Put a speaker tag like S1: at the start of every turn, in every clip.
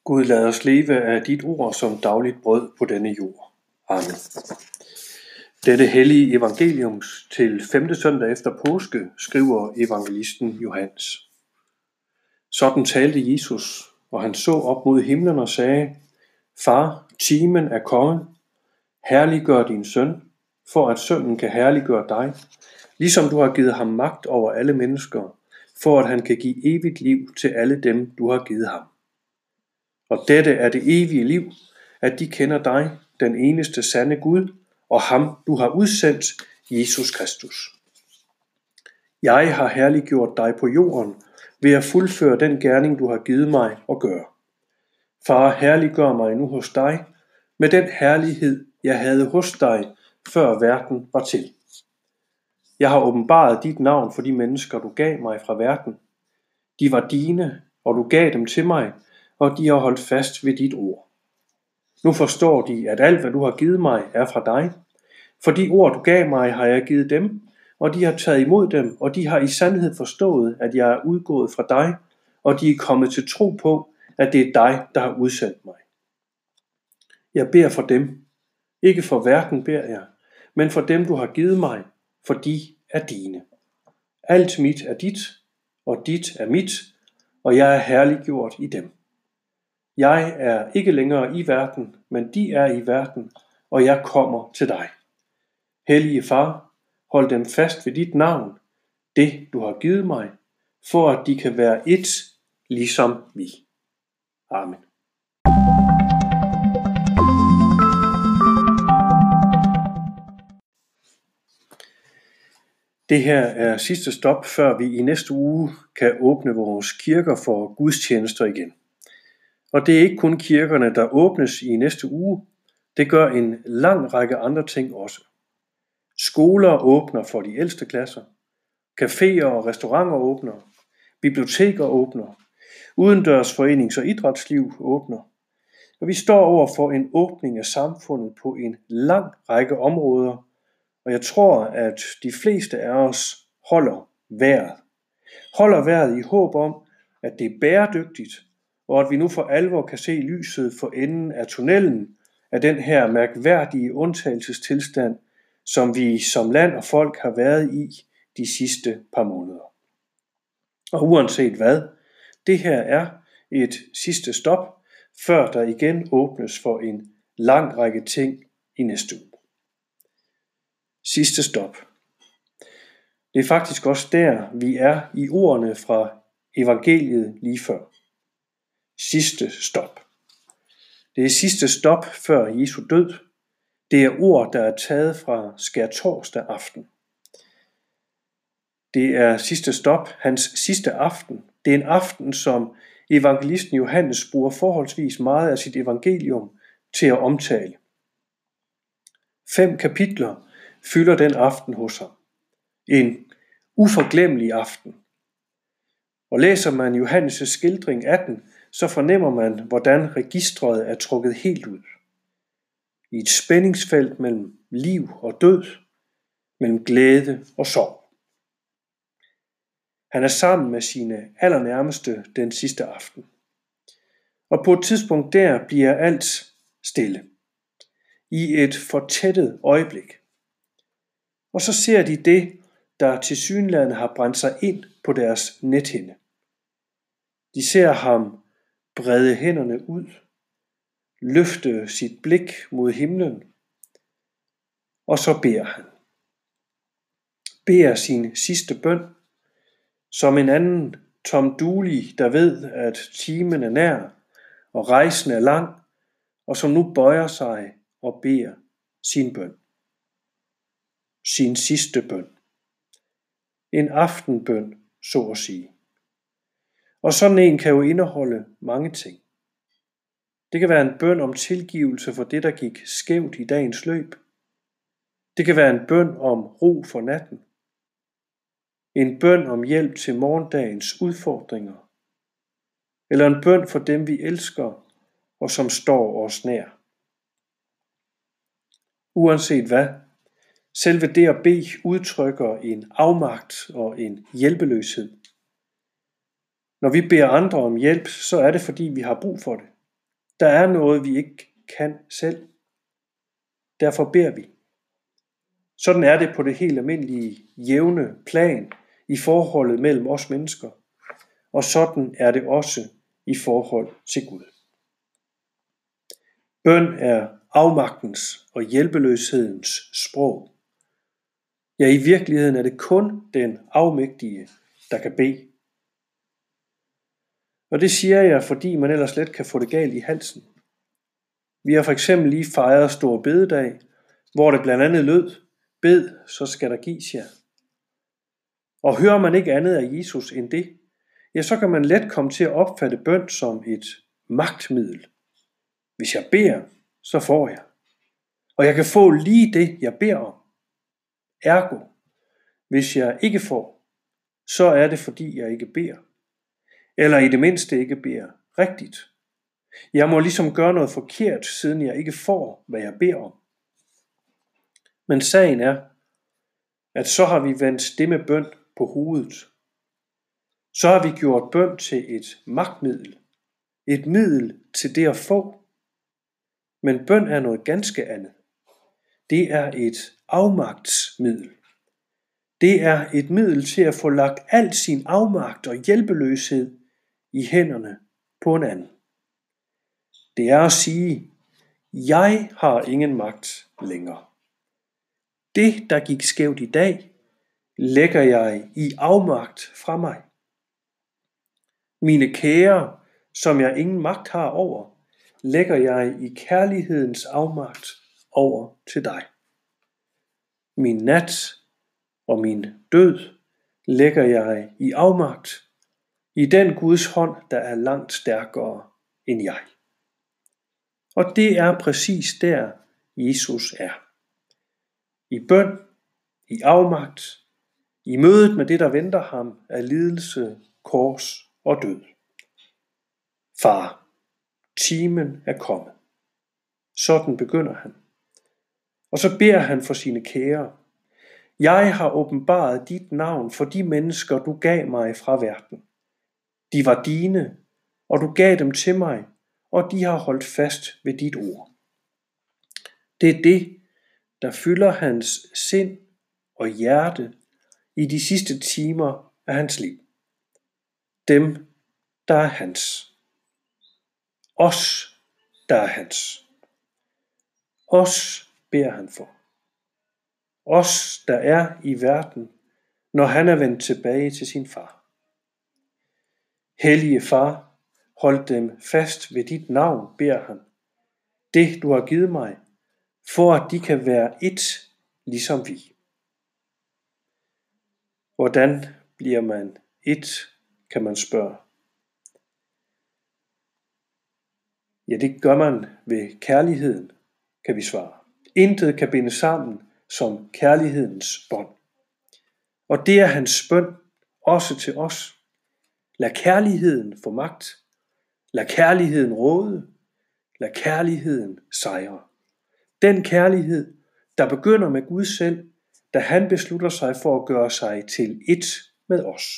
S1: Gud, lad os leve af dit ord som dagligt brød på denne jord. Amen. Dette hellige evangeliums til 5. søndag efter påske skriver evangelisten Johannes. Sådan talte Jesus, og han så op mod himlen og sagde: Far, timen er kommet. Herliggør din søn, for at sønnen kan herliggøre dig, ligesom du har givet ham magt over alle mennesker, for at han kan give evigt liv til alle dem, du har givet ham. Og dette er det evige liv, at de kender dig, den eneste sande Gud, og ham, du har udsendt, Jesus Kristus. Jeg har herliggjort dig på jorden, ved at fuldføre den gerning, du har givet mig at gøre. Far, herliggør mig nu hos dig, med den herlighed, jeg havde hos dig, før verden var til. Jeg har åbenbaret dit navn for de mennesker, du gav mig fra verden. De var dine, og du gav dem til mig, og de har holdt fast ved dit ord. Nu forstår de, at alt, hvad du har givet mig, er fra dig. For de ord, du gav mig, har jeg givet dem, og de har taget imod dem, og de har i sandhed forstået, at jeg er udgået fra dig, og de er kommet til tro på, at det er dig, der har udsendt mig. Jeg beder for dem, ikke for verden beder jeg, men for dem, du har givet mig, for de er dine. Alt mit er dit, og dit er mit, og jeg er herliggjort i dem. Jeg er ikke længere i verden, men de er i verden, og jeg kommer til dig. Hellige Far, hold dem fast ved dit navn, det du har givet mig, for at de kan være ét, ligesom vi. Amen. Det her er sidste stop, før vi i næste uge kan åbne vores kirker for gudstjenester igen. Og det er ikke kun kirkerne, der åbnes i næste uge. Det gør en lang række andre ting også. Skoler åbner for de ældste klasser. Caféer og restauranter åbner. Biblioteker åbner. Udendørs forenings- og idrætsliv åbner. Og vi står over for en åbning af samfundet på en lang række områder. Og jeg tror, at de fleste af os holder vejret. Holder vejret i håb om, at det er bæredygtigt, og at vi nu for alvor kan se lyset for enden af tunnelen af den her mærkværdige undtagelsestilstand, som vi som land og folk har været i de sidste par måneder. Og uanset hvad, det her er et sidste stop, før der igen åbnes for en lang række ting i næste uge. Sidste stop. Det er faktisk også der, vi er i ordene fra evangeliet lige før. Sidste stop. Det er sidste stop før Jesu død. Det er ord, der er taget fra skærtorsdag aften. Det er sidste stop, hans sidste aften. Det er en aften, som evangelisten Johannes bruger forholdsvis meget af sit evangelium til at omtale. 5 kapitler fylder den aften hos ham. En uforglemmelig aften. Og læser man Johannes' skildring af den, så fornemmer man, hvordan registret er trukket helt ud. I et spændingsfelt mellem liv og død, mellem glæde og sorg. Han er sammen med sine allernærmeste den sidste aften. Og på et tidspunkt der bliver alt stille. I et fortættet øjeblik. Og så ser de det, der tilsyneladende har brændt sig ind på deres nethinde. De ser ham brede hænderne ud, løfte sit blik mod himlen, og så beder han. Beder sin sidste bøn, som en anden Tom Dooley, der ved, at timen er nær, og rejsen er lang, og som nu bøjer sig og beder sin bøn. Sin sidste bøn. En aftenbøn, så at sige. Og sådan en kan jo indeholde mange ting. Det kan være en bøn om tilgivelse for det, der gik skævt i dagens løb. Det kan være en bøn om ro for natten. En bøn om hjælp til morgendagens udfordringer. Eller en bøn for dem, vi elsker, og som står os nær. Uanset hvad, selve det at bede udtrykker en afmagt og en hjælpeløshed. Når vi beder andre om hjælp, så er det fordi vi har brug for det. Der er noget, vi ikke kan selv. Derfor beder vi. Sådan er det på det helt almindelige, jævne plan i forholdet mellem os mennesker. Og sådan er det også i forhold til Gud. Bøn er afmagtens og hjælpeløshedens sprog. Ja, i virkeligheden er det kun den afmægtige, der kan bede. Og det siger jeg, fordi man ellers let kan få det galt i halsen. Vi har for eksempel lige fejret Store Bededag, hvor det blandt andet lød, bed, så skal der gives jer. Og hører man ikke andet af Jesus end det, ja, så kan man let komme til at opfatte bøn som et magtmiddel. Hvis jeg beder, så får jeg. Og jeg kan få lige det, jeg beder om. Ergo, hvis jeg ikke får, så er det fordi jeg ikke beder. Eller i det mindste ikke beder rigtigt. Jeg må ligesom gøre noget forkert, siden jeg ikke får, hvad jeg beder om. Men sagen er, at så har vi vendt det med bøn på hovedet. Så har vi gjort bøn til et magtmiddel. Et middel til det at få. Men bøn er noget ganske andet. Det er et afmagtsmiddel. Det er et middel til at få lagt al sin afmagt og hjælpeløshed i hænderne på en anden. Det er at sige, jeg har ingen magt længere. Det, der gik skævt i dag, lægger jeg i afmagt fra mig. Mine kære, som jeg ingen magt har over, lægger jeg i kærlighedens afmagt over til dig. Min nat og min død lægger jeg i afmagt i den Guds hånd, der er langt stærkere end jeg. Og det er præcis der, Jesus er. I bøn, i afmagt, i mødet med det, der venter ham af lidelse, kors og død. Far, timen er kommet. Sådan begynder han. Og så beder han for sine kære. Jeg har åbenbaret dit navn for de mennesker, du gav mig fra verden. De var dine, og du gav dem til mig, og de har holdt fast ved dit ord. Det er det, der fylder hans sind og hjerte i de sidste timer af hans liv. Dem, der er hans. Os, der er hans. Os beder han for. Os, der er i verden, når han er vendt tilbage til sin far. Hellige far, hold dem fast ved dit navn, beder han. Det, du har givet mig, for at de kan være ét, ligesom vi. Hvordan bliver man ét, kan man spørge. Ja, det gør man ved kærligheden, kan vi svare. Intet kan binde sammen som kærlighedens bånd. Og det er hans bøn også til os. Lad kærligheden få magt. Lad kærligheden råde. Lad kærligheden sejre. Den kærlighed, der begynder med Gud selv, da han beslutter sig for at gøre sig til ét med os.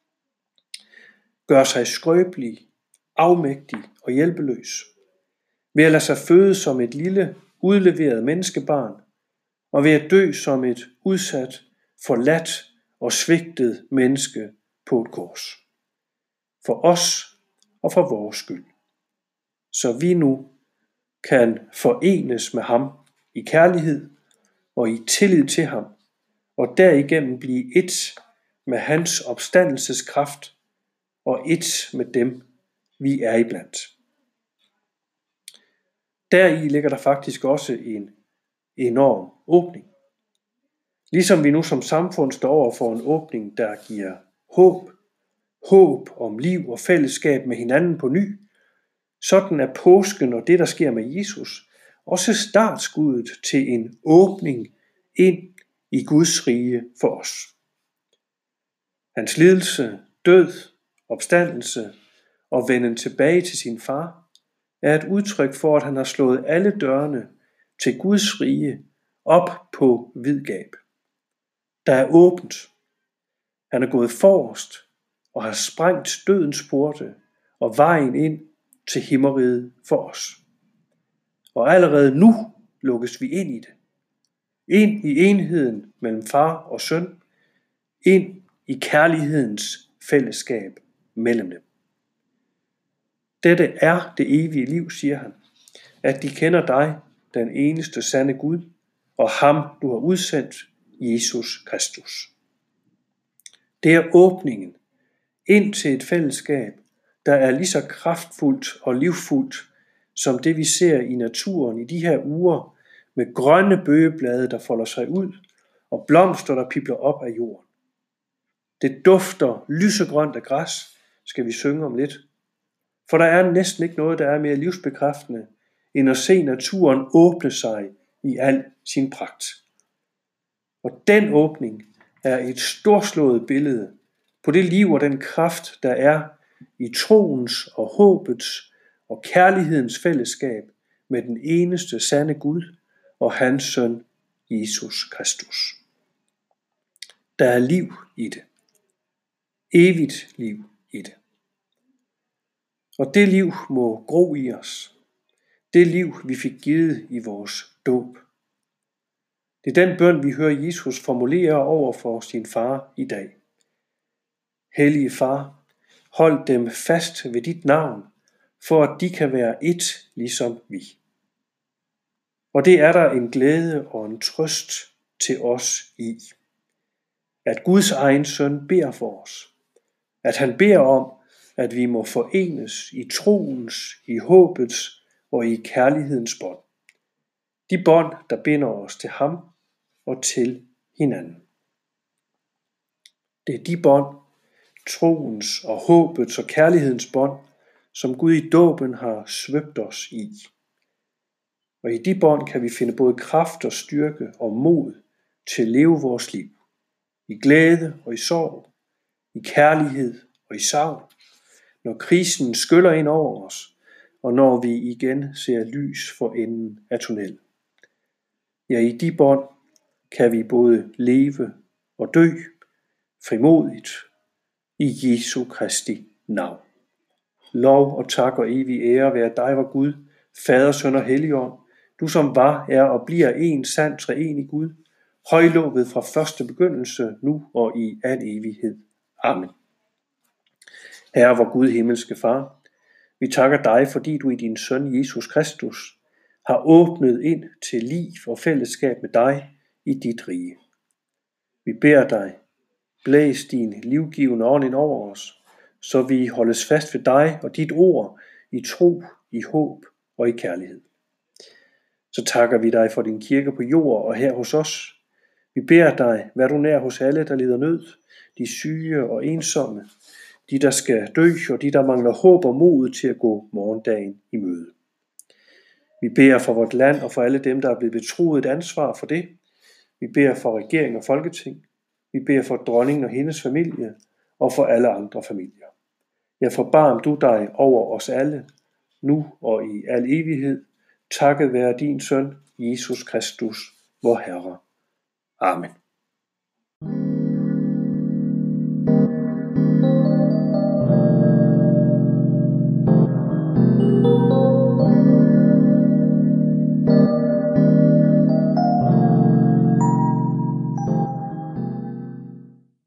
S1: Gør sig skrøbelig, afmægtig og hjælpeløs. Ved at lade sig føde som et lille, udleveret menneskebarn, og ved at dø som et udsat, forladt og svigtet menneske på et kors. For os og for vores skyld. Så vi nu kan forenes med ham i kærlighed og i tillid til ham, og derigennem blive ét med hans opstandelseskraft og ét med dem, vi er iblandt. Deri ligger der faktisk også en enorm åbning. Ligesom vi nu som samfund står over for en åbning, der giver håb. Håb om liv og fællesskab med hinanden på ny. Sådan er påsken og det, der sker med Jesus, også startskuddet til en åbning ind i Guds rige for os. Hans lidelse, død, opstandelse og venden tilbage til sin far er et udtryk for, at han har slået alle dørene til Guds rige op på vid gab. Der er åbent. Han er gået forrest og har sprængt dødens porte og vejen ind til himmeriget for os. Og allerede nu lukkes vi ind i det. Ind i enheden mellem far og søn. Ind i kærlighedens fællesskab mellem dem. Dette er det evige liv, siger han, at de kender dig, den eneste sande Gud, og ham, du har udsendt, Jesus Kristus. Det er åbningen ind til et fællesskab, der er lige så kraftfuldt og livfuldt, som det vi ser i naturen i de her uger, med grønne bøgeblade, der folder sig ud, og blomster, der pibler op af jorden. Det dufter lysegrønt af græs, skal vi synge om lidt. For der er næsten ikke noget, der er mere livsbekræftende, end at se naturen åbne sig i al sin pragt. Og den åbning er et storslået billede på det liv og den kraft, der er i troens og håbets og kærlighedens fællesskab med den eneste sande Gud og hans søn, Jesus Kristus. Der er liv i det. Evigt liv i det. Og det liv må gro i os. Det liv, vi fik givet i vores dåb. Det er den bøn, vi hører Jesus formulere over for sin far i dag. Hellige far, hold dem fast ved dit navn, for at de kan være ét, ligesom vi. Og det er der en glæde og en trøst til os i. At Guds egen søn beder for os. At han beder om, at vi må forenes i troens, i håbets og i kærlighedens bånd. De bånd, der binder os til ham og til hinanden. Det er de bånd, troens og håbets og kærlighedens bånd, som Gud i dåben har svøbt os i. Og i de bånd kan vi finde både kraft og styrke og mod til at leve vores liv. I glæde og i sorg, i kærlighed og i savn, når krisen skyller ind over os, og når vi igen ser lys for enden af tunnelen. Ja, i de bånd kan vi både leve og dø frimodigt i Jesu Kristi navn. Lov og tak og evig ære være dig, vor Gud, Fader, Søn og Helligånd, du som var, er og bliver en sand treenig Gud, højlovet fra første begyndelse, nu og i al evighed. Amen. Herre, vor Gud, himmelske Far, vi takker dig, fordi du i din søn Jesus Kristus har åbnet ind til liv og fællesskab med dig i dit rige. Vi beder dig, blæs din livgivende ånd ind over os, så vi holdes fast ved dig og dit ord i tro, i håb og i kærlighed. Så takker vi dig for din kirke på jord og her hos os. Vi beder dig, vær du nær hos alle, der lider nød, de syge og ensomme, de der skal dø og de der mangler håb og mod til at gå morgendagen i møde. Vi beder for vort land og for alle dem, der er blevet betroet et ansvar for det. Vi beder for regering og folketing. Vi beder for dronningen og hendes familie og for alle andre familier. Ja, forbarm du dig over os alle, nu og i al evighed. Takket være din søn, Jesus Kristus, vor Herre. Amen.